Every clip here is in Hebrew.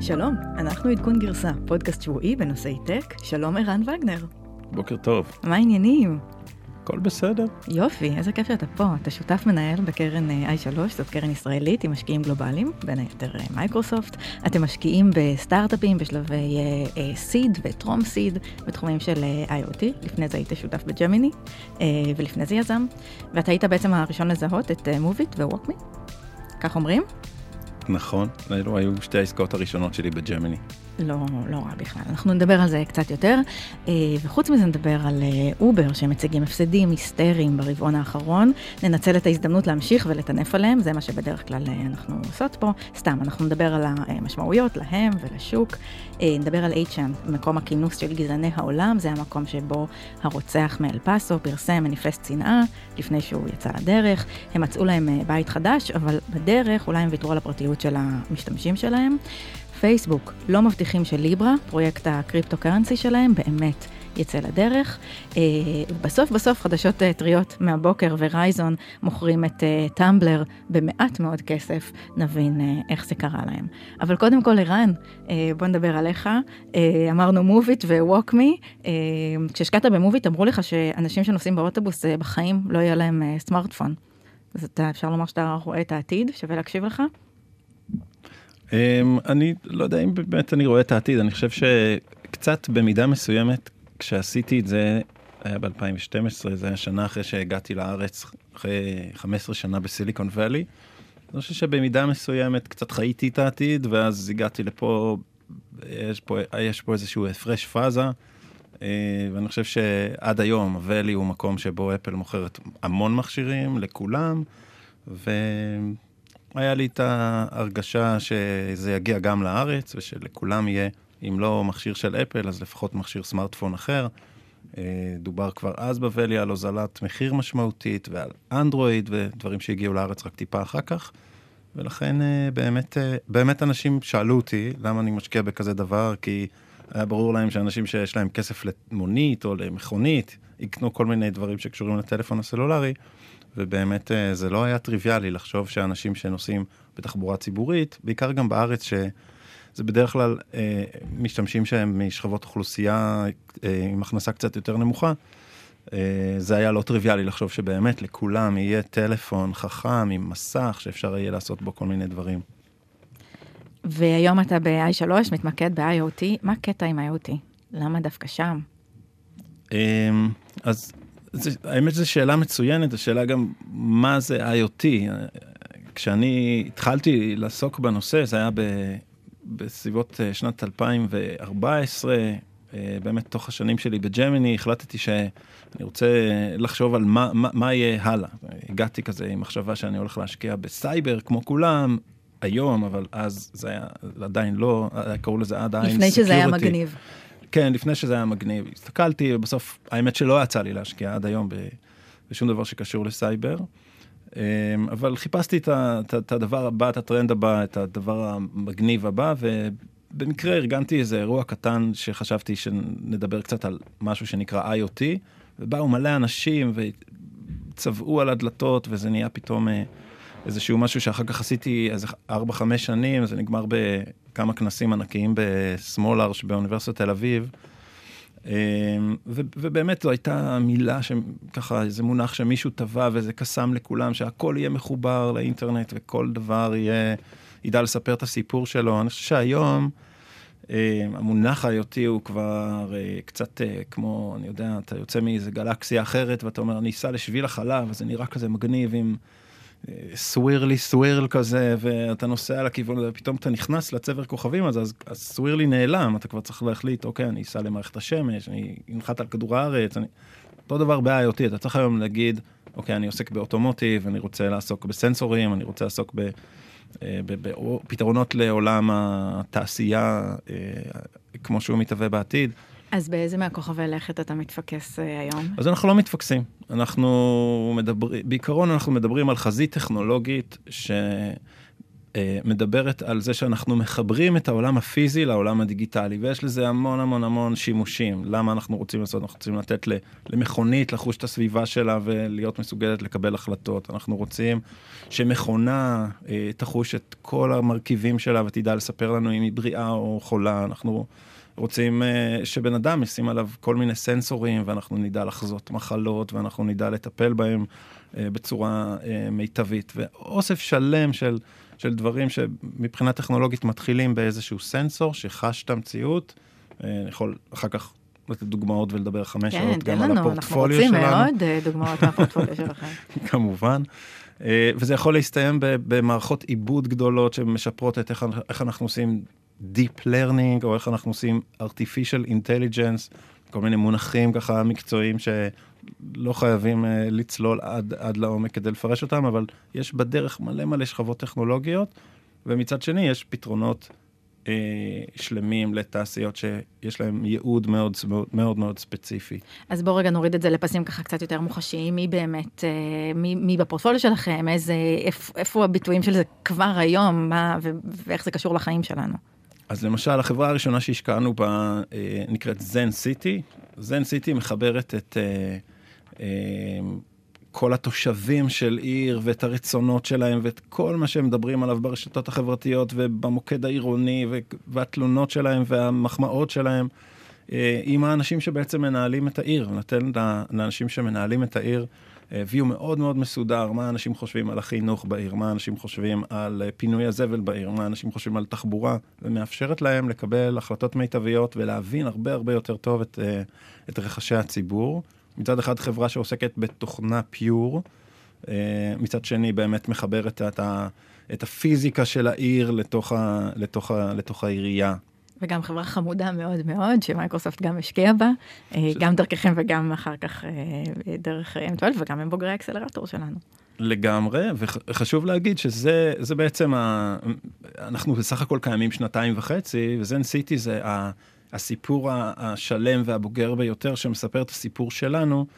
שלום, אנחנו עדכון גרסה, פודקאסט שבועי בנושאי טק. שלום ערן וגנר. בוקר טוב. מה העניינים? הכל בסדר. יופי, איזה כיף שאתה פה. אתה שותף מנהל בקרן i3, זאת קרן ישראלית עם משקיעים גלובליים, בין היתר מייקרוסופט. אתם משקיעים בסטארט-אפים בשלבי סיד וטרום סיד, בתחומים של IoT. לפני זה היית שותף בג'מיני, ולפני זה יזם. ואתה היית בעצם הראשון לזהות את מוביט וווקמי. כך אומרים? נכון, אלו היו שתי העסקאות הראשונות שלי בג'מיני. לא רע בכלל. אנחנו נדבר על זה קצת יותר, וחוץ מזה נדבר על אובר שמציגים הפסדים היסטריים ברבעון האחרון. ננצל את ההזדמנות להמשיך ולטנף עליהם, זה מה שבדרך כלל אנחנו עושות פה. סתם, אנחנו נדבר על המשמעויות להם ולשוק. נדבר על H&M, מקום הכינוס של גזעני העולם, זה המקום שבו הרוצח מאל פאסו פרסם מניפסט צנעה לפני שהוא יצא לדרך. הם מצאו להם בית חדש, אבל בדרך אולי הם ויתרו על הפרטיות של המשתמשים שלהם. פייסבוק לא מבטיחים שליברה, פרויקט הקריפטו-קרנסי שלהם, באמת יצא לדרך. בסוף חדשות טריות מהבוקר ורייזון מוכרים את טמבלר במעט מאוד כסף, נבין איך זה קרה להם. אבל קודם כל, ערן, בוא נדבר עליך. אמרנו מוביט וווקמי. כשהשקעת במוביט אמרו לך שאנשים שנוסעים באוטובוס בחיים לא יהיה להם סמארטפון. אז אפשר לומר שאתה רואה את העתיד, שווה להקשיב לך? אני לא יודע אם באמת אני רואה את העתיד, אני חושב שקצת במידה מסוימת, כשעשיתי את זה, היה ב-2012, זה היה שנה אחרי שהגעתי לארץ, אחרי 15 שנה בסיליקון ואלי, אני חושב שבמידה מסוימת קצת חייתי את העתיד, ואז הגעתי לפה, יש פה איזשהו הפרש פאזה, ואני חושב שעד היום, ואלי הוא מקום שבו אפל מוכרת המון מכשירים לכולם, היה לי את ההרגשה שזה יגיע גם לארץ, ושלכולם יהיה, אם לא מכשיר של אפל, אז לפחות מכשיר סמארטפון אחר. דובר כבר אז בוואלי על הוזלת מחיר משמעותית, ועל אנדרואיד, ודברים שהגיעו לארץ רק טיפה אחר כך. ולכן באמת אנשים שאלו אותי, למה אני משקיע בכזה דבר, כי היה ברור להם שאנשים שיש להם כסף למונית או למכונית, יקנו כל מיני דברים שקשורים לטלפון הסלולרי, ובאמת זה לא היה טריוויאלי לחשוב שאנשים שנוסעים בתחבורה ציבורית, בעיקר גם בארץ שזה בדרך כלל משתמשים שהם משכבות אוכלוסייה עם הכנסה קצת יותר נמוכה, זה היה לא טריוויאלי לחשוב שבאמת לכולם יהיה טלפון חכם עם מסך שאפשר יהיה לעשות בו כל מיני דברים. והיום אתה ב-i3 מתמקד ב-IoT, מה הקטע עם IoT? למה דווקא שם? אז האמת זו שאלה מצוינת, השאלה גם מה זה IoT. כשאני התחלתי לעסוק בנושא, זה היה בסביבות שנת 2014, באמת תוך השנים שלי בג'מיני, החלטתי שאני רוצה לחשוב על מה יהיה הלאה. הגעתי כזה עם מחשבה שאני הולך להשקיע בסייבר כמו כולם, היום, אבל אז זה היה עדיין לא, קראו לזה עדיין לפני שזה היה מגניב. כן, לפני שזה היה מגניב. הסתכלתי, ובסוף, האמת שלא יצא לי להשקיע עד היום בשום דבר שקשור לסייבר, אבל חיפשתי את הדבר הבא, את הטרנד הבא, את הדבר המגניב הבא, ובמקרה ארגנתי איזה אירוע קטן שחשבתי שנדבר קצת על משהו שנקרא IoT, ובאו מלא אנשים וצבעו על הדלתות, וזה נהיה פתאום איזשהו משהו שאחר כך עשיתי איזה 4-5 שנים, זה נגמר בכמה כנסים ענקיים בסמולארש באוניברסיטת תל אביב, ובאמת זו הייתה מילה שככה, איזה מונח שמישהו טבע וזה קסם לכולם, שהכל יהיה מחובר לאינטרנט וכל דבר ידע לספר את הסיפור שלו. אני חושב שהיום המונח IoT הוא כבר קצת כמו, אני יודע, אתה יוצא מאיזה גלקסיה אחרת ואתה אומר, אני אסע לשביל החלב, אז זה נראה כזה מגניב עם סווירל כזה, ואתה נוסע לכיוון הזה, ופתאום אתה נכנס לצבר כוכבים, אז סווירלי נעלם, אתה כבר צריך להחליט, אוקיי, אני אסע למערכת השמש, אני אנחת על כדור הארץ, אותו דבר ב-IoT, אתה צריך היום להגיד, אוקיי, אני עוסק באוטומוטיב, אני רוצה לעסוק בסנסורים, אני רוצה לעסוק בפתרונות לעולם התעשייה, כמו שהוא מתהווה בעתיד. אז באיזה מהכוכבי לכת אתה מתפקס היום? אז אנחנו לא מתפקסים. בעיקרון אנחנו מדברים על חזית טכנולוגית מדברת על זה שאנחנו מחברים את העולם הפיזי לעולם הדיגיטלי, ויש לזה המון המון המון שימושים. למה אנחנו רוצים לעשות? אנחנו רוצים לתת למכונית לחוש את הסביבה שלה ולהיות מסוגלת לקבל החלטות. אנחנו רוצים שמכונה תחוש את כל המרכיבים שלה ותדע לספר לנו אם היא בריאה או חולה. אנחנו רוצים שבן אדם ישים עליו כל מיני סנסורים, ואנחנו נדע לחזות מחלות, ואנחנו נדע לטפל בהם בצורה מיטבית. ואוסף שלם של דברים שמבחינה טכנולוגית מתחילים באיזשהו סנסור שחש את המציאות. אני יכול אחר כך לתת דוגמאות ולדבר 5 שעות גם על הפורטפוליו שלנו. אנחנו רוצים מאוד דוגמאות מהפורטפוליו שלכם. כמובן. וזה יכול להסתיים במערכות עיבוד גדולות שמשפרות את איך אנחנו עושים Deep Learning, או איך אנחנו עושים Artificial Intelligence, כל מיני מונחים ככה מקצועיים שלא חייבים לצלול עד לעומק כדי לפרש אותם, אבל יש בדרך מלא מלא שכבות טכנולוגיות, ומצד שני יש פתרונות שלמים לתעשיות שיש להם ייעוד מאוד מאוד מאוד ספציפי. אז בואו רגע נוריד את זה לפסים ככה קצת יותר מוחשיים, מי באמת, מי בפורטפוליו שלכם, איפה הביטויים של זה כבר היום, ואיך זה קשור לחיים שלנו? אז למשל, החברה הראשונה שהשקענו בה נקראת זן סיטי. זן סיטי מחברת את כל התושבים של עיר ואת הרצונות שלהם ואת כל מה שהם מדברים עליו ברשתות החברתיות ובמוקד העירוני והתלונות שלהם והמחמאות שלהם עם האנשים שבעצם מנהלים את העיר. נתן לאנשים שמנהלים את העיר ויו מאוד מאוד מסודר, מה אנשים חושבים על החינוך בעיר, מה אנשים חושבים על פינוי הזבל בעיר, מה אנשים חושבים על תחבורה, ומאפשרת להם לקבל החלטות מיטביות ולהבין הרבה הרבה יותר טוב את רחשי הציבור. מצד אחד חברה שעוסקת בתוכנה פיור, מצד שני באמת מחברת את הפיזיקה של העיר לתוך העירייה. וגם חברה חמודה מאוד מאוד, שמייקרוסופט גם השקיע בה, גם דרככם וגם אחר כך דרך M12, וגם הם בוגרי האקסלרטור שלנו. לגמרי, וחשוב להגיד שזה בעצם, אנחנו בסך הכל קיימים 2.5 שנים, וזן סיטי זה הסיפור השלם והבוגר ביותר, שמספר את הסיפור שלנו,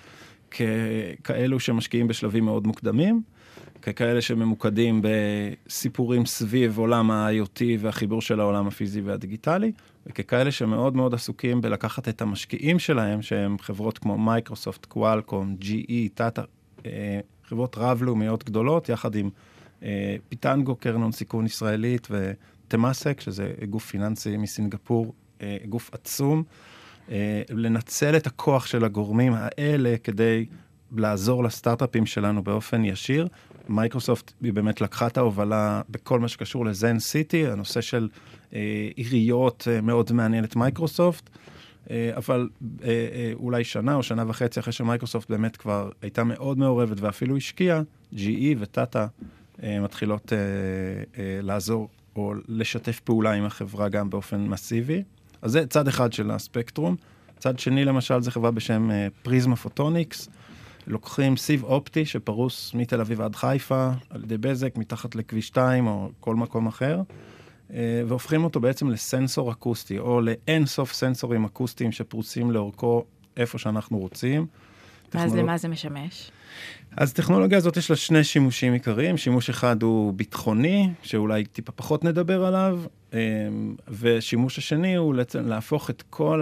כאלו שמשקיעים בשלבים מאוד מוקדמים, ככאלה שממוקדים בסיפורים סביב עולם ה-IoT והחיבור של העולם הפיזי והדיגיטלי, וככאלה שמאוד מאוד עסוקים בלקחת את המשקיעים שלהם, שהם חברות כמו מייקרוסופט, קואלקום, GE, טאטה, חברות רב-לאומיות גדולות, יחד עם פיטנגו, קרן הון סיכון ישראלית, ותמאסק, שזה גוף פיננסי מסינגפור, גוף עצום, לנצל את הכוח של הגורמים האלה כדי לעזור לסטארט-אפים שלנו באופן ישיר. מייקרוסופט היא באמת לקחה את ההובלה בכל מה שקשור לזן סיטי, הנושא של עיריות מאוד מעניין את מייקרוסופט, אבל אולי שנה או שנה וחצי אחרי שמייקרוסופט באמת כבר הייתה מאוד מעורבת ואפילו השקיעה, GE וטאטה מתחילות לעזור או לשתף פעולה עם החברה גם באופן מסיבי. אז זה צד אחד של הספקטרום. צד שני למשל זה חברה בשם פריזמה פוטוניקס, לוקחים סיב אופטי שפרוס מתל אביב עד חיפה, על ידי בזק, מתחת לכביש 2 או כל מקום אחר, והופכים אותו בעצם לסנסור אקוסטי, או לאינסוף סנסורים אקוסטיים שפרוסים לאורכו איפה שאנחנו רוצים. אז למה זה משמש? אז טכנולוגיה הזאת יש לה 2 שימושים עיקריים. שימוש אחד הוא ביטחוני, שאולי טיפה פחות נדבר עליו, ושימוש השני הוא להפוך את כל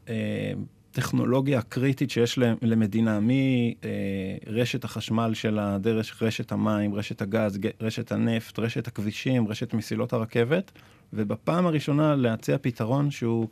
הטכנולוגיה הקריטית שיש למדינה, מרשת החשמל שלה, דרך רשת המים, רשת הגז, רשת הנפט, רשת הכבישים, רשת מסילות הרכבת, ובפעם הראשונה להציע פתרון שהוא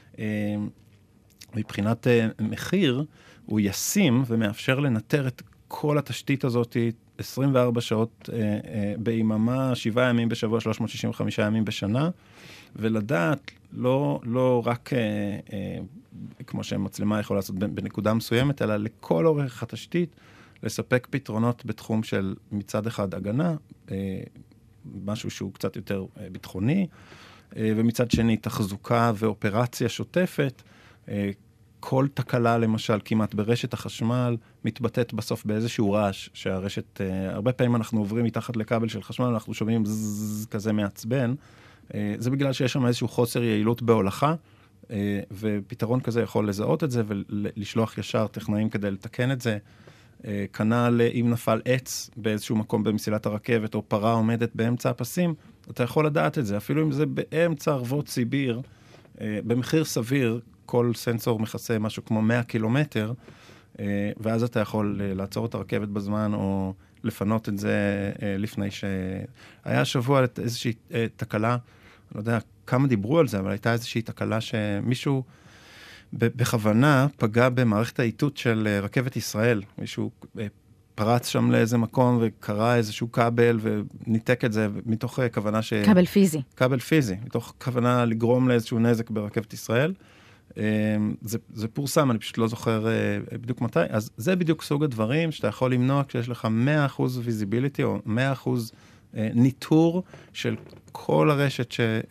מבחינת מחיר, הוא ישים ומאפשר לנטר את כל התשתית הזאת 24 שעות ביממה, 7 ימים בשבוע, 365 ימים בשנה, ולדעת לא רק כמו שמצלמה יכולה לעשות בנקודה מסוימת, אלא לכל אורך התשתית, לספק פתרונות בתחום של מצד אחד הגנה, משהו שהוא קצת יותר ביטחוני, ומצד שני תחזוקה ואופרציה שוטפת, כל תקלה, למשל, כמעט ברשת החשמל, מתבטאת בסוף באיזשהו רעש, שהרשת, הרבה פעמים אנחנו עוברים מתחת לכבל של חשמל, אנחנו שומעים זזז כזה מעצבן, זה בגלל שיש שם איזשהו חוסר יעילות בהולכה, ופתרון כזה יכול לזהות את זה, ולשלוח ישר טכנאים כדי לתקן את זה, כנ"ל אם נפל עץ באיזשהו מקום במסילת הרכבת, או פרה עומדת באמצע הפסים, אתה יכול לדעת את זה, אפילו אם זה באמצע ערבות סיביר, במחיר סביר, כל סנסור מכסה משהו כמו 100 קילומטר, ואז אתה יכול לעצור את הרכבת בזמן, או לפנות את זה לפני היה שבוע איזושהי תקלה, אני לא יודע כמה דיברו על זה, אבל הייתה איזושהי תקלה שמישהו בכוונה פגע במערכת האיתות של רכבת ישראל. מישהו פרץ שם לאיזה מקום וקרא איזשהו כבל וניתק את זה מתוך כוונה כבל פיזי. כבל פיזי, מתוך כוונה לגרום לאיזשהו נזק ברכבת ישראל. זה פורסם, אני פשוט לא זוכר בדיוק מתי. אז זה בדיוק סוג הדברים שאתה יכול למנוע כשיש לך 100% visibility או 100% ניטור של כל הרשת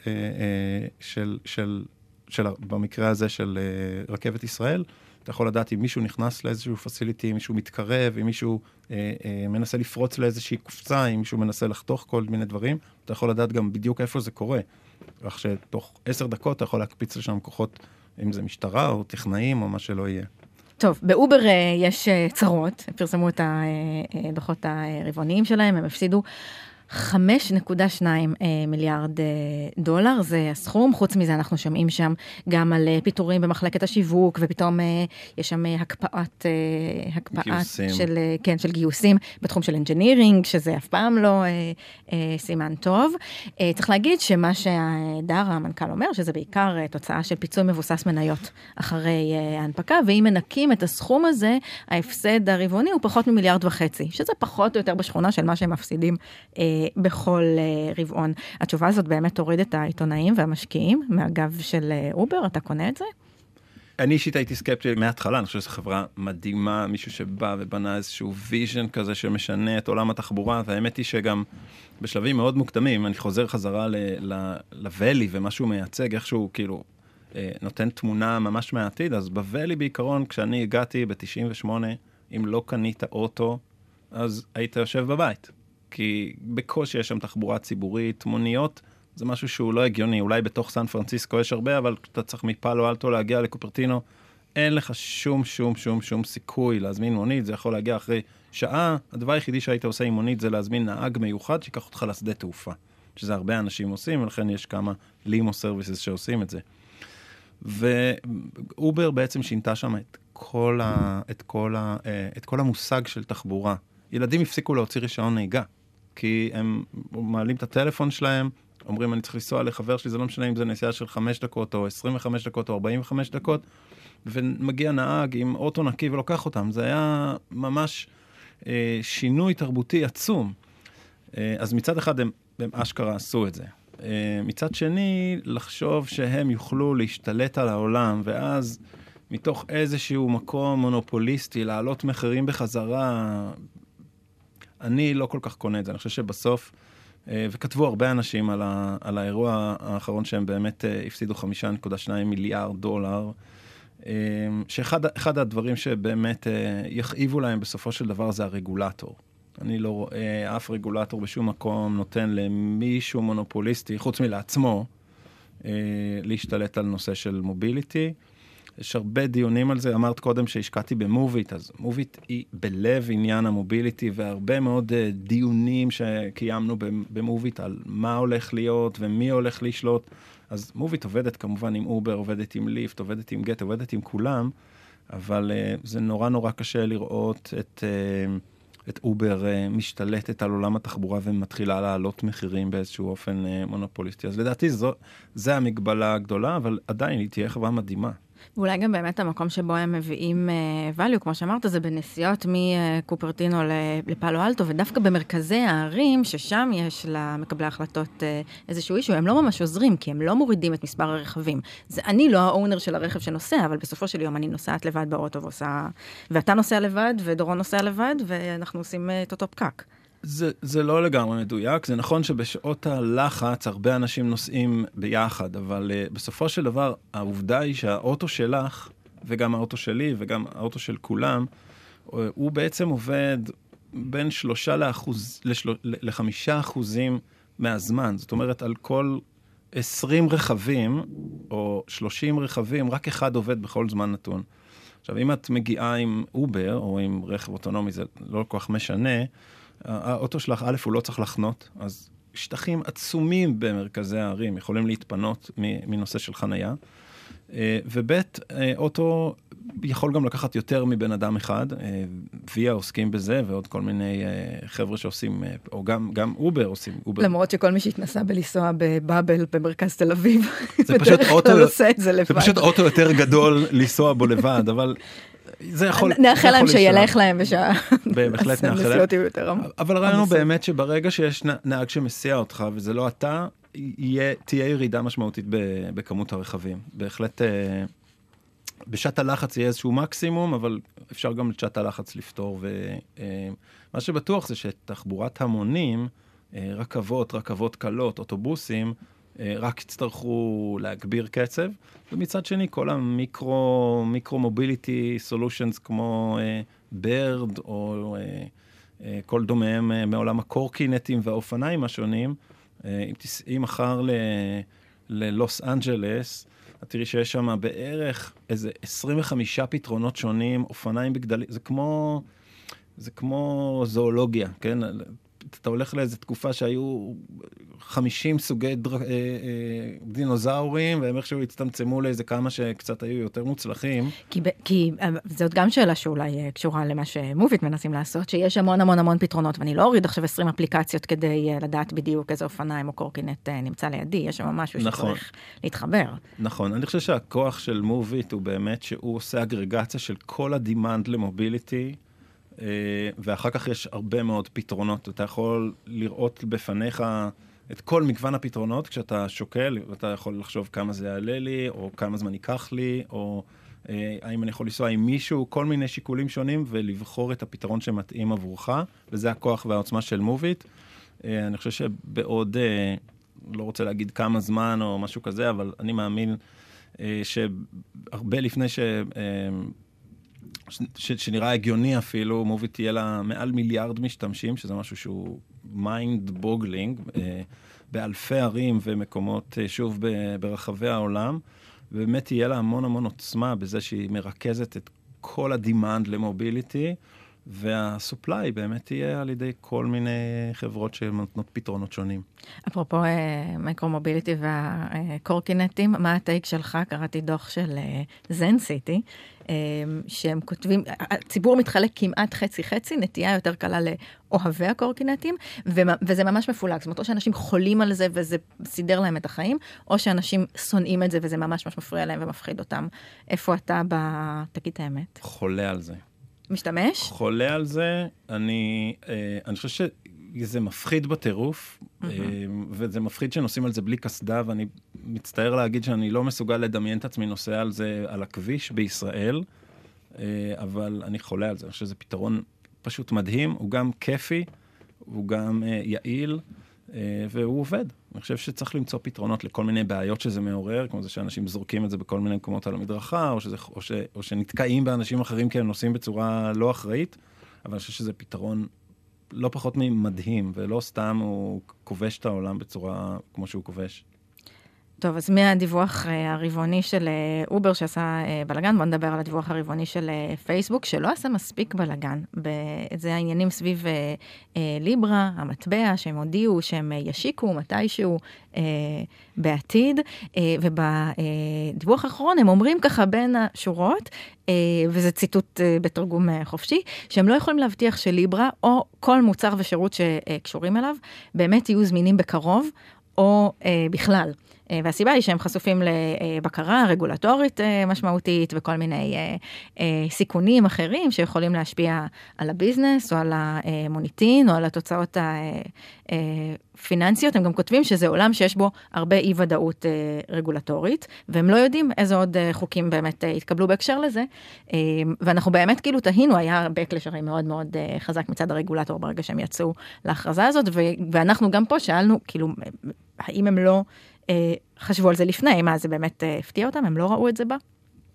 במקרה הזה של רכבת ישראל. אתה יכול לדעת אם מישהו נכנס לאיזשהו פסיליטי, אם מישהו מתקרב, אם מישהו מנסה לפרוץ לאיזושהי קופסה, אם מישהו מנסה לחתוך כל מיני דברים. אתה יכול לדעת גם בדיוק איפה זה קורה. כך שתוך 10 דקות אתה יכול להקפיץ לשם כוחות, אם זה משטרה או טכנאים או מה שלא יהיה. טוב, באובר יש צרות, פרסמו את הדוחות הרבעוניים שלהם, הם הפסידו 5.2 מיליארד דולר, זה הסכום. חוץ מזה אנחנו שומעים שם גם על פיטורים במחלקת השיווק, ופתאום יש שם הקפאת של גיוסים בתחום של engineering, שזה אף פעם לא סימן טוב. צריך להגיד שמה שהדר המנכ"ל אומר, שזה בעיקר תוצאה של פיצוי מבוסס מניות אחרי ההנפקה, ואם מנקים את הסכום הזה, ההפסד הרבעוני הוא פחות ממיליארד וחצי, שזה פחות או יותר בשכונה של מה שהם מפסידים בכל רבעון. התשובה הזאת באמת תוריד את העיתונאים והמשקיעים מהגב של אובר. אתה קונה את זה? אני אישית הייתי סקפטי מההתחלה, אני חושב שזו חברה מדהימה, מישהו שבא ובנה איזשהו ויז'ן כזה שמשנה את עולם התחבורה, והאמת היא שגם בשלבים מאוד מוקדמים, אני חוזר חזרה לוואלי ומה שהוא מייצג, איכשהו כאילו נותן תמונה ממש מהעתיד. אז בוואלי בעיקרון, כשאני הגעתי ב-98, אם לא קנית אוטו, אז היית יושב בבית. כי בקושי יש שם תחבורה ציבורית, מוניות, זה משהו שהוא לא הגיוני. אולי בתוך סן פרנסיסקו יש הרבה, אבל אתה צריך מפאלו אלטו להגיע לקופרטינו, אין לך שום סיכוי להזמין מונית, זה יכול להגיע אחרי שעה. הדבר היחידי שהיית עושה עם מונית זה להזמין נהג מיוחד שיקח אותך לשדה תעופה, שזה הרבה אנשים עושים, ולכן יש כמה לימו סרוויסס שעושים את זה. ואובר בעצם שינתה שם את כל המושג של תחבורה. ילדים הפסיקו להוציא רישיון נהיגה, כי הם מעלים את הטלפון שלהם, אומרים אני צריך לנסוע לחבר שלי, זה לא משנה אם זה נסיעה של 5 דקות או 25 דקות או 45 דקות, ומגיע נהג עם אוטו נקי ולוקח אותם. זה היה ממש שינוי תרבותי עצום. אז מצד אחד הם אשכרה עשו את זה. מצד שני, לחשוב שהם יוכלו להשתלט על העולם, ואז מתוך איזשהו מקום מונופוליסטי, לעלות מחירים בחזרה, אני לא כל כך קונה את זה. אני חושב שבסוף, וכתבו הרבה אנשים על האירוע האחרון שהם באמת הפסידו 5.2 מיליארד דולר, שאחד הדברים שבאמת יכאיבו להם בסופו של דבר זה הרגולטור. אני לא רואה אף רגולטור בשום מקום נותן למישהו מונופוליסטי, חוץ מלעצמו, להשתלט על נושא של מוביליטי. יש הרבה דיונים על זה. אמרת קודם שהשקעתי במוביט, אז מוביט היא בלב עניין המוביליטי, והרבה מאוד דיונים שקיימנו במוביט על מה הולך להיות ומי הולך לשלוט. אז מוביט עובדת כמובן עם אובר, עובדת עם ליפט, עובדת עם גט, עובדת עם כולם, אבל זה נורא קשה לראות את אובר משתלטת על עולם התחבורה ומתחילה לעלות מחירים באיזשהו אופן מונופוליסטי. אז לדעתי זה המגבלה הגדולה, אבל עדיין היא תהיה חברה מדהימה. ואולי גם באמת המקום שבו הם מביאים value, כמו שאמרת, זה בנסיעות מקופרטינו לפאלו אלטו, ודווקא במרכזי הערים, ששם יש למקבלי ההחלטות איזשהו אישו, הם לא ממש עוזרים, כי הם לא מורידים את מספר הרכבים. אני לא האונר של הרכב שנוסע, אבל בסופו של יום אני נוסעת לבד באוטו, ואתה נוסע לבד, ודורון נוסע לבד, ואנחנו עושים את אותו פקק. זה לא לגמרי מדויק. זה נכון שבשעות הלחץ הרבה אנשים נוסעים ביחד, אבל בסופו של דבר העובדה היא שהאוטו שלך, וגם האוטו שלי, וגם האוטו של כולם, הוא בעצם עובד בין 3% ל5% מהזמן. זאת אומרת, על כל 20 רכבים, או 30 רכבים, רק אחד עובד בכל זמן נתון. עכשיו, אם את מגיעה עם אובר, או עם רכב אוטונומי, זה לא כל כך משנה, האוטו שלך, א', הוא לא צריך לחנות, אז שטחים עצומים במרכזי הערים, יכולים להתפנות מנושא של חנייה. ובית, אוטו יכול גם לקחת יותר מבן אדם אחד, ויה עוסקים בזה, ועוד כל מיני חבר'ה שעושים, או גם אובר עושים. למרות שכל מי שהתנסה בלנסוע בבאבל במרכז תל אביב, זה פשוט אוטו, עושה את זה לבד. זה פשוט אוטו יותר גדול לנסוע בו לבד, אבל זה יכול... נאחל להם שילך להם בשעה. בהחלט נאחל להם. אבל ראינו באמת שברגע שיש נהג שמסיע אותך, וזה לא אתה, תהיה ירידה משמעותית בכמות הרכבים. בהחלט, בשעת הלחץ יהיה איזשהו מקסימום, אבל אפשר גם לשעת הלחץ לפתור. ומה שבטוח זה שתחבורת המונים, רכבות קלות, אוטובוסים, רק יצטרכו להגביר קצב. ומצד שני, כל המיקרו-מוביליטי סולושנס כמו ברד, או כל דומיהם מעולם הקורקינטים והאופניים השונים, אם תסעי מחר ללוס אנג'לס, את תראי שיש שם בערך איזה 25 פתרונות שונים, אופניים בגדלים, זה כמו זואולוגיה, כן? אתה הולך לאיזו תקופה שהיו 50 סוגי דינוזאורים, והם איכשהו הצטמצמו לאיזה כמה שקצת היו יותר מוצלחים. כי זאת גם שאלה שאולי קשורה למה שמוביט מנסים לעשות, שיש המון פתרונות, ואני לא אוריד עכשיו 20 אפליקציות כדי לדעת בדיוק איזה אופניים או קורקינט נמצא לידי, יש שם משהו שצריך להתחבר. נכון, אני חושב שהכוח של מוביט הוא באמת שהוא עושה אגרגציה של כל הדימנד למוביליטי, ואחר כך יש הרבה מאוד פתרונות. אתה יכול לראות בפניך את כל מגוון הפתרונות כשאתה שוקל, ואתה יכול לחשוב כמה זה יעלה לי, או כמה זמן ייקח לי, או האם אני יכול לנסוע עם מישהו, כל מיני שיקולים שונים, ולבחור את הפתרון שמתאים עבורך, וזה הכוח והעוצמה של מוביט. אני חושב שבעוד, לא רוצה להגיד כמה זמן או משהו כזה, אבל אני מאמין שהרבה לפני שנראה הגיוני אפילו, מוביט תהיה לה מעל מיליארד משתמשים, שזה משהו שהוא mind boggling, באלפי ערים ומקומות, שוב, ברחבי העולם, ובאמת תהיה לה המון עוצמה בזה שהיא מרכזת את כל הדימנד למוביליטי, והסופליי באמת תהיה על ידי כל מיני חברות שנותנות פתרונות שונים. אפרופו מיקרו-מוביליטי והקורקינטים, מה הטייק שלך? קראתי דוח של זן סיטי, שהם כותבים, הציבור מתחלק כמעט חצי-חצי, נטייה יותר קלה לאוהבי הקורקינטים, וזה ממש מפולג. זאת אומרת, או שאנשים חולים על זה וזה סידר להם את החיים, או שאנשים שונאים את זה וזה ממש מפריע להם ומפחיד אותם. איפה אתה תגיד את האמת? חולה על זה. משתמש? חולה על זה, אני חושב שזה מפחיד בטירוף, וזה מפחיד שנוסעים על זה בלי קסדה, ואני מצטער להגיד שאני לא מסוגל לדמיין את עצמי נוסע על זה על הכביש בישראל, אבל אני חולה על זה. אני חושב שזה פתרון פשוט מדהים, הוא גם כיפי, הוא גם יעיל, והוא עובד. אני חושב שצריך למצוא פתרונות לכל מיני בעיות שזה מעורר, כמו זה שאנשים זורקים את זה בכל מיני מקומות על המדרכה, או שנתקעים באנשים אחרים כי הם נוסעים בצורה לא אחראית, אבל אני חושב שזה פתרון לא פחות ממדהים, ולא סתם הוא כובש את העולם בצורה כמו שהוא כובש. טוב, אז מהדיווח הרבעוני של אובר שעשה בלגן, בוא נדבר על הדיווח הרבעוני של פייסבוק, שלא עשה מספיק בלגן. זה העניינים סביב ליברה, המטבע, שהם הודיעו, שהם ישיקו מתישהו בעתיד, ובדיווח האחרון הם אומרים ככה בין השורות, וזה ציטוט בתרגום חופשי, שהם לא יכולים להבטיח שליברה, או כל מוצר ושירות שקשורים אליו, באמת יהיו זמינים בקרוב, או בכלל. והסיבה היא שהם חשופים לבקרה רגולטורית משמעותית, וכל מיני סיכונים אחרים שיכולים להשפיע על הביזנס, או על המוניטין, או על התוצאות הפיננסיות. הם גם כותבים שזה עולם שיש בו הרבה אי-ודאות רגולטורית, והם לא יודעים איזה עוד חוקים באמת התקבלו בהקשר לזה, ואנחנו באמת כאילו תהינו, היה בקלש הרי מאוד מאוד חזק מצד הרגולטור ברגע שהם יצאו להכרזה הזאת, ואנחנו גם פה שאלנו, כאילו, האם הם לא חשבו על זה לפני, מה זה באמת הפתיע אותם? הם לא ראו את זה בה?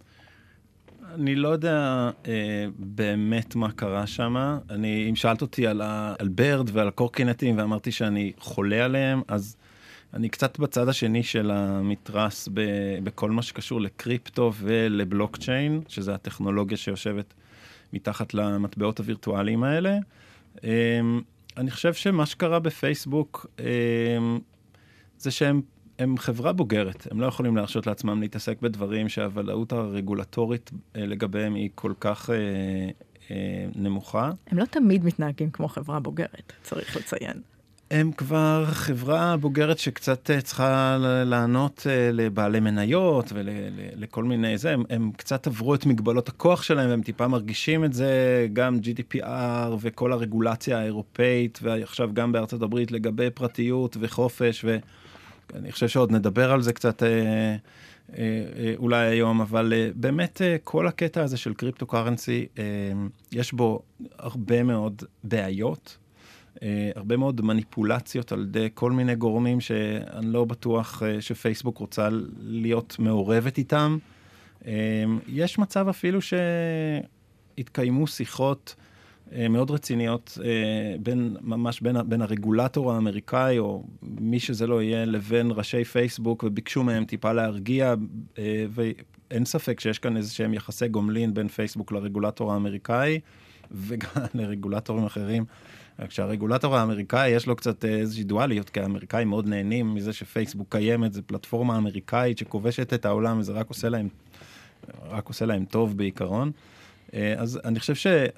אני לא יודע באמת מה קרה שם. אם שאלת אותי על ברד ועל הקורקינטים ואמרתי שאני חולה עליהם, אז אני קצת בצד השני של המתרס בכל מה שקשור לקריפטו ולבלוקצ'יין, שזה הטכנולוגיה שיושבת מתחת למטבעות הווירטואליים האלה. אני חושב שמה שקרה בפייסבוק, זה שהם חברה בוגרת. הם לא יכולים להרשות לעצמם להתעסק בדברים שהוודאות הרגולטורית לגביהם היא כל כך נמוכה. הם לא תמיד מתנהגים כמו חברה בוגרת, צריך לציין. הם כבר חברה בוגרת שקצת צריכה לענות לבעלי מניות ולכל מיני זה. הם קצת עברו את מגבלות הכוח שלהם, והם טיפה מרגישים את זה, גם GDPR וכל הרגולציה האירופאית, ועכשיו גם בארצות הברית לגבי פרטיות וחופש, ואני חושב שעוד נדבר על זה קצת אולי היום, אבל באמת כל הקטע הזה של קריפטו-קרנסי, יש בו הרבה מאוד בעיות, הרבה מאוד מניפולציות על ידי כל מיני גורמים שאני לא בטוח שפייסבוק רוצה להיות מעורבת איתם. יש מצב אפילו שהתקיימו שיחות מאוד רציניות ממש בין הרגולטור האמריקאי, או מי שזה לא יהיה, לבין ראשי פייסבוק, וביקשו מהם טיפה להרגיע, ואין ספק שיש כאן איזה שהם יחסי גומלין בין פייסבוק לרגולטור האמריקאי, וגם לרגולטורים אחרים. כשהרגולטור האמריקאי יש לו קצת איזושהי דואליות, כי האמריקאים מאוד נהנים מזה שפייסבוק קיימת, זו פלטפורמה אמריקאית שכובשת את העולם, וזה רק עושה להם טוב בעיקרון. אז אני חושב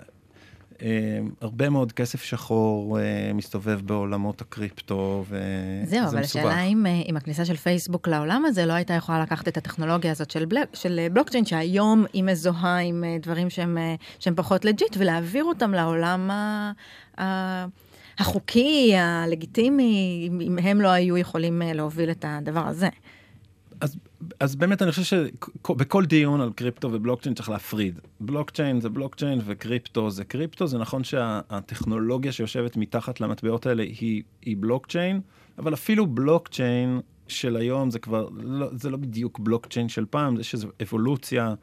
שהרבה מאוד כסף שחור מסתובב בעולמות הקריפטו, וזה זהו, אבל השאלה אם הכניסה של פייסבוק לעולם הזה לא הייתה יכולה לקחת את הטכנולוגיה הזאת של בלוקצ'יין, שהיום היא מזוהה עם דברים שהם פחות לג'יט, ולהעביר אותם לעולם החוקי, הלגיטימי, אם הם לא היו יכולים להוביל את הדבר הזה. אז באמת אני חושב שבכל דיון על קריפטו ובלוקצ'יין צריך להפריד. בלוקצ'יין זה בלוקצ'יין וקריפטו זה קריפטו. זה נכון שהטכנולוגיה שיושבת מתחת למטבעות האלה היא בלוקצ'יין, אבל אפילו בלוקצ'יין של היום זה לא בדיוק בלוקצ'יין של פעם, זה שזו אבולוציה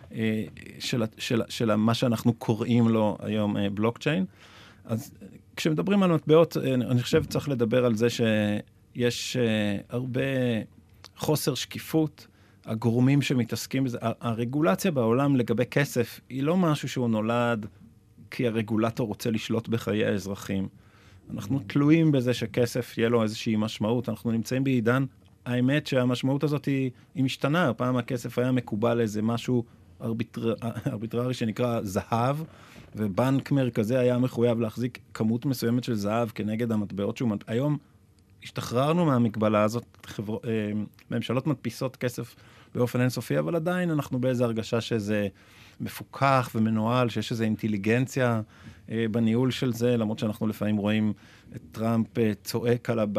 של מה שאנחנו קוראים לו היום בלוקצ'יין. אז כשמדברים על מטבעות, אני חושב צריך לדבר על זה שיש הרבה חוסר שקיפות, הגורמים שמתעסקים בזה, הרגולציה בעולם לגבי כסף היא לא משהו שהוא נולד כי הרגולטור רוצה לשלוט בחיי האזרחים. אנחנו תלויים בזה שכסף יהיה לו איזושהי משמעות, אנחנו נמצאים בעידן, האמת שהמשמעות הזאת היא משתנה, פעם הכסף היה מקובל איזה משהו ארביטררי שנקרא זהב, ובנק מרכזי היה מחויב להחזיק כמות מסוימת של זהב כנגד המטבעות שהוא היום השתחררנו מהמגבלה הזאת, ממשלות מדפיסות כסף באופן אינסופי, אבל עדיין אנחנו באיזו הרגשה שזה מפוקח ומנוהל, שיש איזו אינטליגנציה בניהול של זה, למרות שאנחנו לפעמים רואים את טראמפ צועק על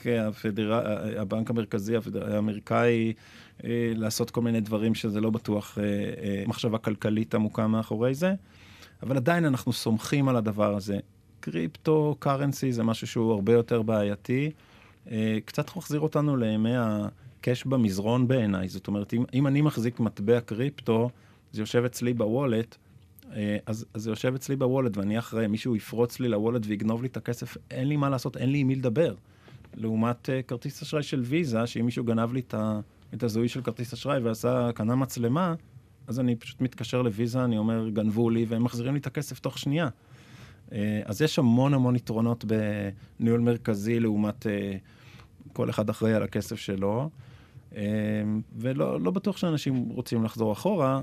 הבנק המרכזי האמריקאי, לעשות כל מיני דברים שזה לא בטוח מחשבה כלכלית עמוקה מאחורי זה, אבל עדיין אנחנו סומכים על הדבר הזה. קריפטו, קרנסי, זה משהו שהוא הרבה יותר בעייתי. קצת מחזיר אותנו לימי הקש במזרון בעיניי. זאת אומרת, אם אני מחזיק מטבע קריפטו, זה יושב אצלי בוולט, אז זה יושב אצלי בוולט, ואני אחרי, מישהו יפרוץ לי לוולט ויגנוב לי את הכסף, אין לי מה לעשות, אין לי עם מי לדבר. לעומת כרטיס אשראי של ויזה, שאם מישהו גנב לי את הזוהי של כרטיס אשראי קנה מצלמה, אז אני פשוט מתקשר לויזה, אני אומר, גנבו לי, והם מחזירים לי את הכסף תוך שנייה. אז יש המון יתרונות בניהול מרכזי לעומת כל אחד אחראי על הכסף שלו, ולא בטוח שאנשים רוצים לחזור אחורה,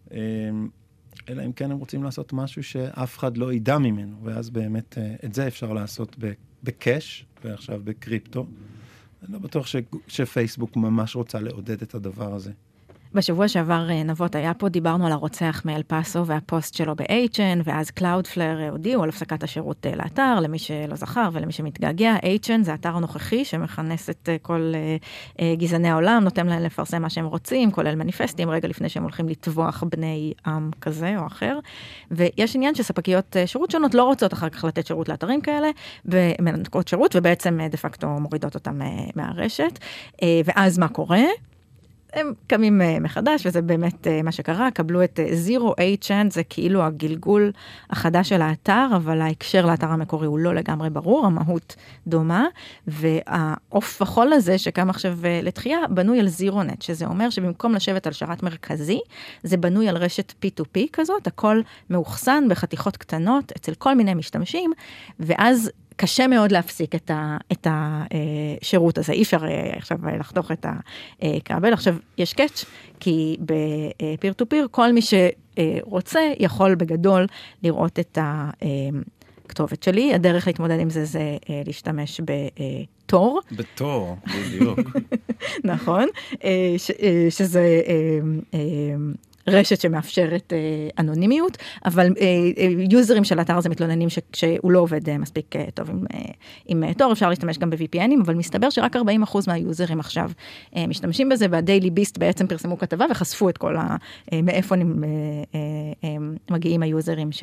אלא אם כן הם רוצים לעשות משהו שאף אחד לא ידע ממנו, ואז באמת את זה אפשר לעשות בקש, ועכשיו בקריפטו. אני לא בטוח שפייסבוק ממש רוצה לעודד את הדבר הזה. בשבוע שעבר נבות היה פה, דיברנו על הרוצח מאל פאסו והפוסט שלו ב-HN, ואז Cloudflare הודיעו על הפסקת השירות לאתר, למי שלא זכר ולמי שמתגעגע. HN זה אתר הנוכחי שמכנס את כל גזעני העולם, נותן להם לפרסם מה שהם רוצים, כולל מניפסטים, רגע לפני שהם הולכים לטבוח בני עם כזה או אחר. ויש עניין שספקיות שירות שונות לא רוצות אחר כך לתת שירות לאתרים כאלה, ומנתקות שירות, ובעצם דה פקטו מורידות אותם מהרשת. ואז מה קורה? הם קמים מחדש, וזה באמת מה שקרה, קבלו את Zero-HN, זה כאילו הגלגול החדש של האתר, אבל ההקשר לאתר המקורי הוא לא לגמרי ברור, המהות דומה, והאוף החול הזה שקם עכשיו לתחייה, בנוי על Zero-Net, שזה אומר שבמקום לשבת על שרת מרכזי, זה בנוי על רשת P2P כזאת, הכל מאוחסן בחתיכות קטנות, אצל כל מיני משתמשים, ואז קשה מאוד להפסיק את השירות הזה, אי אפשר עכשיו לחתוך את הכבל. עכשיו יש קאץ', כי בפיר טו פיר, כל מי שרוצה יכול בגדול לראות את הכתובת שלי. הדרך להתמודד עם זה זה להשתמש בתור. בתור, בדיוק. נכון, שזה רשת שמאפשרת אנונימיות, אבל יוזרים של האתר הזה מתלוננים שהוא לא עובד מספיק טוב עם תור, אפשר להשתמש גם ב-VPNים, אבל מסתבר שרק 40% מהיוזרים עכשיו משתמשים בזה, והדיילי ביסט בעצם פרסמו כתבה וחשפו את כל מאיפה מגיעים היוזרים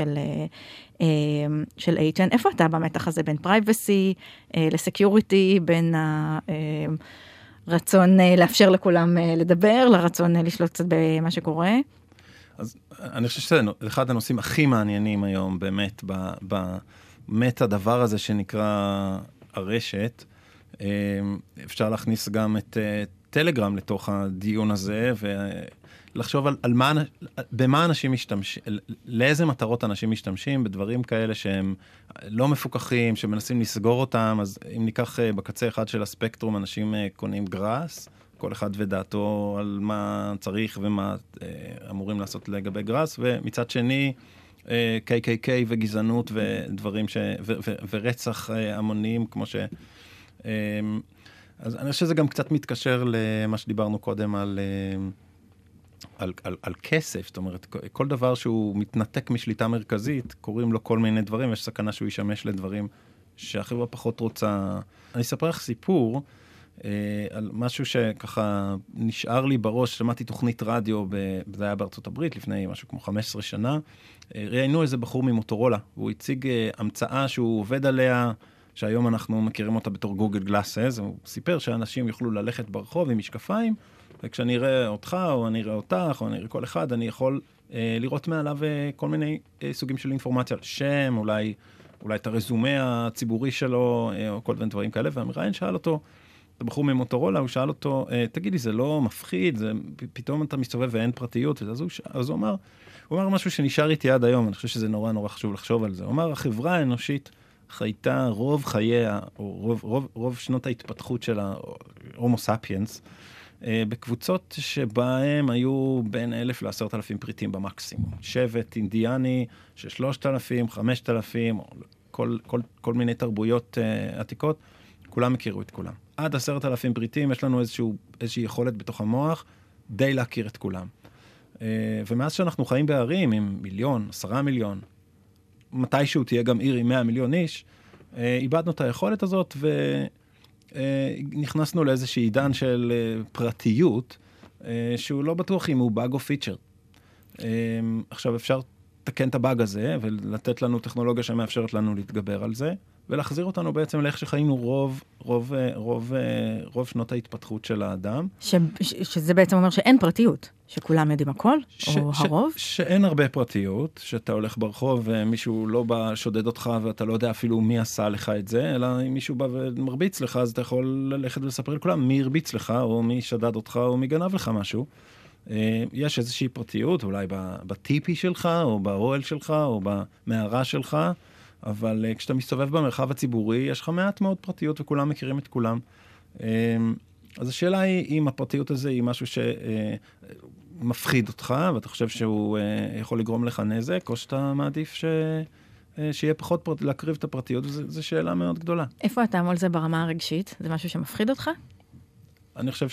של HN. איפה אתה במתח הזה בין פרייבסי לסקיוריטי, בין רצון לאפשר לכולם לדבר, לרצון לשלוט קצת במה שקורה? אז אני חושב שזה אחד הנושאים הכי מעניינים היום, באמת, באמת הדבר הזה שנקרא הרשת. אפשר להכניס גם את טלגרם לתוך הדיון הזה, ולחשוב על במה אנשים משתמשים, לאיזה מטרות אנשים משתמשים, בדברים כאלה שהם לא מפוקחים, שמנסים לסגור אותם. אז אם ניקח בקצה אחד של הספקטרום, אנשים קונים גראס, כל אחד ודעתו על מה צריך ומה אמורים לעשות לגבי גראס, ומצד שני, KKK וגזענות ודברים ורצח המוניים, כמו ש... אז אני חושב שזה גם קצת מתקשר למה שדיברנו קודם על כסף. זאת אומרת, כל דבר שהוא מתנתק משליטה מרכזית, קוראים לו כל מיני דברים, יש סכנה שהוא ישמש לדברים שהחברה פחות רוצה. אני אספר לך סיפור על משהו שככה נשאר לי בראש. שמעתי תוכנית רדיו, זה היה בארצות הברית לפני משהו כמו 15 שנה, ראיינו איזה בחור ממוטורולה, והוא הציג המצאה שהוא עובד עליה, שהיום אנחנו מכירים אותה בתור גוגל גלאסס. הוא סיפר שאנשים יוכלו ללכת ברחוב עם משקפיים, וכשאני אראה אותך, או אני אראה אותך, או אני אראה כל אחד, אני יכול לראות מעליו כל מיני סוגים של אינפורמציה, שם, אולי את הרזומה הציבורי שלו, או כל מיני דברים כאלה. והמראיין שאל אותו, הבחור ממוטורולה, הוא שאל אותו, תגידי, זה לא מפחיד, פתאום אתה מסתובב ואין פרטיות? אז הוא אמר משהו שנשאר איתי עד היום, אני חושב שזה נורא נורא חשוב לחשוב על זה. הוא אמר, החברה האנושית חייתה רוב חייה, או רוב שנות ההתפתחות של ההומו ספיאנס, בקבוצות שבהם היו בין 1,000 ל10,000 פריטים במקסימום. שבט אינדיאני של 3,000, 5,000, כל מיני תרבויות עתיקות, כולם הכירו את כולם. עד 10,000 פריטים יש לנו איזושהי יכולת בתוך המוח די להכיר את כולם. ומאז שאנחנו חיים בערים עם 1,000,000, 10 מיליון, מתישהו תהיה גם עיר עם 100 מיליון איש, איבדנו את היכולת הזאת ונכנסנו לאיזושהי עידן של פרטיות, שהוא לא בטוח אם הוא באג או פיצ'ר. עכשיו אפשר לתקן את הבאג הזה ולתת לנו טכנולוגיה שמאפשרת לנו להתגבר על זה, ולהחזיר אותנו בעצם לאיך שחיינו רוב שנות ההתפתחות של האדם. שזה בעצם אומר שאין פרטיות, שכולם יודעים הכל, או הרוב? שאין הרבה פרטיות, שאתה הולך ברחוב ומישהו לא בא שודד אותך, ואתה לא יודע אפילו מי עשה לך את זה, אלא אם מישהו בא ומרביץ לך, אז אתה יכול ללכת ולספר לכולם מי הרביץ לך, או מי שדד אותך, או מי גנב לך משהו. יש איזושהי פרטיות, אולי בטיפי שלך, או באוהל שלך, או במערה שלך, אבל כשאתה מסתובב במרחב הציבורי, יש לך מעט מאוד פרטיות, וכולם מכירים את כולם. אז השאלה היא, אם הפרטיות הזה היא משהו שמפחיד אותך, ואתה חושב שהוא יכול לגרום לך נזק, או שאתה מעדיף שיהיה פחות להקריב את הפרטיות, וזו שאלה מאוד גדולה. איפה אתה מול זה ברמה הרגשית? זה משהו שמפחיד אותך? אני חושב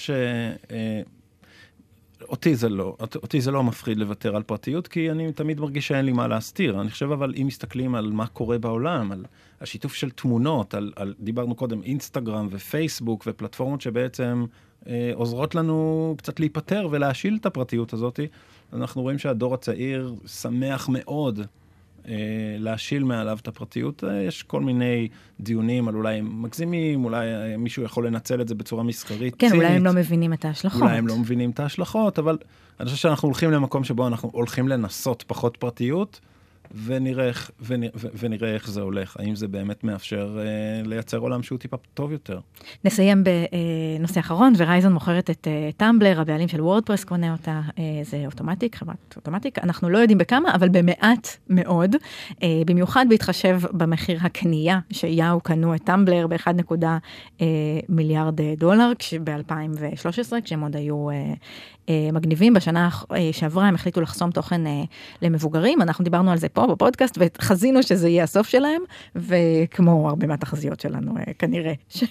אותי זה לא מפחיד לוותר על פרטיות, כי אני תמיד מרגיש שאין לי מה להסתיר. אני חושב אבל אם מסתכלים על מה קורה בעולם, על השיתוף של תמונות, דיברנו קודם אינסטגרם ופייסבוק ופלטפורמות שבעצם עוזרות לנו קצת להיפטר ולהשיל את הפרטיות הזאת, אנחנו רואים שהדור הצעיר שמח מאוד להשיל מעליו את הפרטיות. יש כל מיני דיונים על אולי הם מגזימים, אולי מישהו יכול לנצל את זה בצורה מסחרית. כן, אולי הם לא מבינים את ההשלכות. אולי הם לא מבינים את ההשלכות, אבל אני חושב שאנחנו הולכים למקום שבו אנחנו הולכים לנסות פחות פרטיות, ונראה איך זה הולך. האם זה באמת מאפשר לייצר עולם שהוא טיפה טוב יותר. נסיים בנושא אחרון, ורייזון מוכרת את טמבלר, הבעלים של וורדפרס קונה אותה, זה אוטומטיק, חברת אוטומטיק. אנחנו לא יודעים בכמה, אבל במעט מאוד, במיוחד בהתחשב במחיר הקנייה, שיאו קנו את טמבלר ב$1.1 מיליארד, ב-2013, כשהם עוד היו מגניבים. בשנה שעברה הם החליטו לחסום תוכן למבוגרים, אנחנו דיברנו על זה פה בפודקאסט, וחזינו שזה יהיה הסוף שלהם, וכמו הרבה מהתחזיות שלנו, כנראה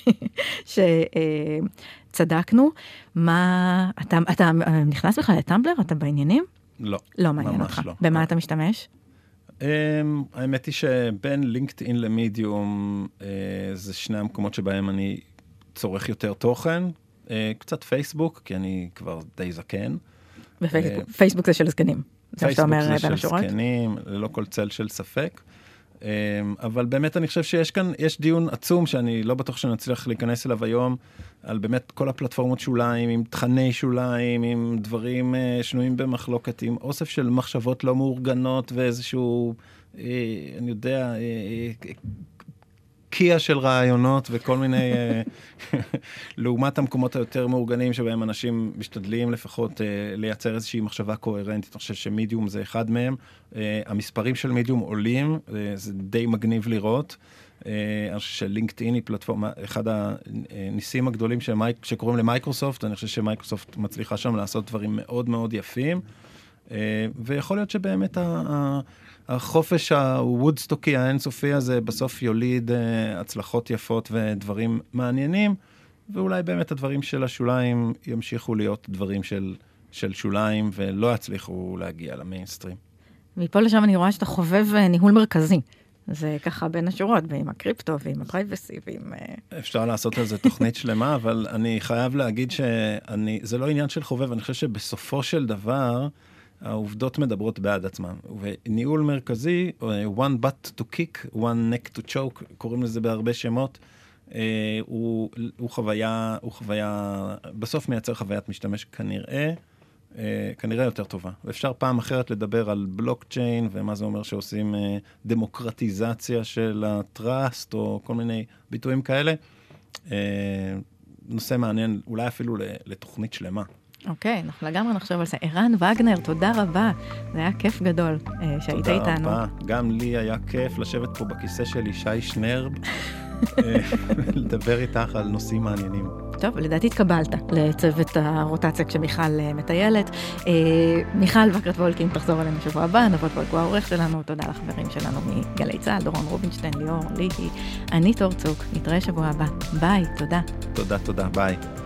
שצדקנו. מה, אתה נכנס בכלל לטמבלר? אתה בעניינים? לא. לא מעניין אותך. לא. במה אתה משתמש? האמת היא שבין לינקדאין למדיום, זה שני המקומות שבהם אני צורך יותר תוכן, קצת פייסבוק, כי אני כבר די זקן. פייסבוק זה של זקנים. פייסבוק זה של זקנים, ללא כל צל של ספק. אבל באמת אני חושב שיש כאן, יש דיון עצום שאני לא בטוח שנצליח להיכנס אליו היום, על באמת כל הפלטפורמות שוליים, עם תכני שוליים, עם דברים שנויים במחלוקת, עם אוסף של מחשבות לא מאורגנות, ואיזשהו, אני יודע, קיה של רעיונות וכל מיני, לעומת המקומות היותר מאורגנים, שבהם אנשים משתדלים לפחות לייצר איזושהי מחשבה קוהרנטית. אני חושב שמדיום זה אחד מהם. המספרים של מדיום עולים, זה די מגניב לראות. אני חושב שלינקדאין היא פלטפורמה, אחד הניסים הגדולים שקוראים למייקרוסופט, אני חושב שמייקרוסופט מצליחה שם לעשות דברים מאוד מאוד יפים, ויכול להיות שבאמת החופש הוודסטוקי האינסופי הזה בסוף יוליד הצלחות יפות ודברים מעניינים, ואולי באמת הדברים של השוליים ימשיכו להיות דברים של שוליים, ולא יצליחו להגיע למיינסטרים. מפה לשם אני רואה שאתה חובב ניהול מרכזי. זה ככה בין השורות, ועם הקריפטו, ועם הפרייבסי, ועם... אפשר לעשות על זה תוכנית שלמה, אבל אני חייב להגיד זה לא עניין של חובב, אני חושב שבסופו של דבר, העובדות מדברות בעד עצמן. וניהול מרכזי, one butt to kick, one neck to choke, קוראים לזה בהרבה שמות, הוא חוויה, בסוף מייצר חוויית משתמש כנראה יותר טובה. ואפשר פעם אחרת לדבר על בלוקצ'יין, ומה זה אומר שעושים דמוקרטיזציה של הטראסט, או כל מיני ביטויים כאלה. נושא מעניין, אולי אפילו לתוכנית שלמה. אוקיי, אנחנו לגמרי נחשוב על זה. ערן וגנר, תודה רבה. זה היה כיף גדול שהיית איתנו. תודה רבה. גם לי היה כיף לשבת פה בכיסא של ישי שנרב, לדבר איתך על נושאים מעניינים. טוב, לדעתי התקבלת לצוות הרוטציה כשמיכל מטיילת. מיכל וקרת וולקין תחזור אלינו שבוע הבא, נבות וולקו העורך שלנו, תודה לחברים שלנו מגלי צהל, דורון רובינשטיין, ליאור, ליהי, אני תור צוק, נתראה שבוע הבא. ביי, תודה. תודה, ביי.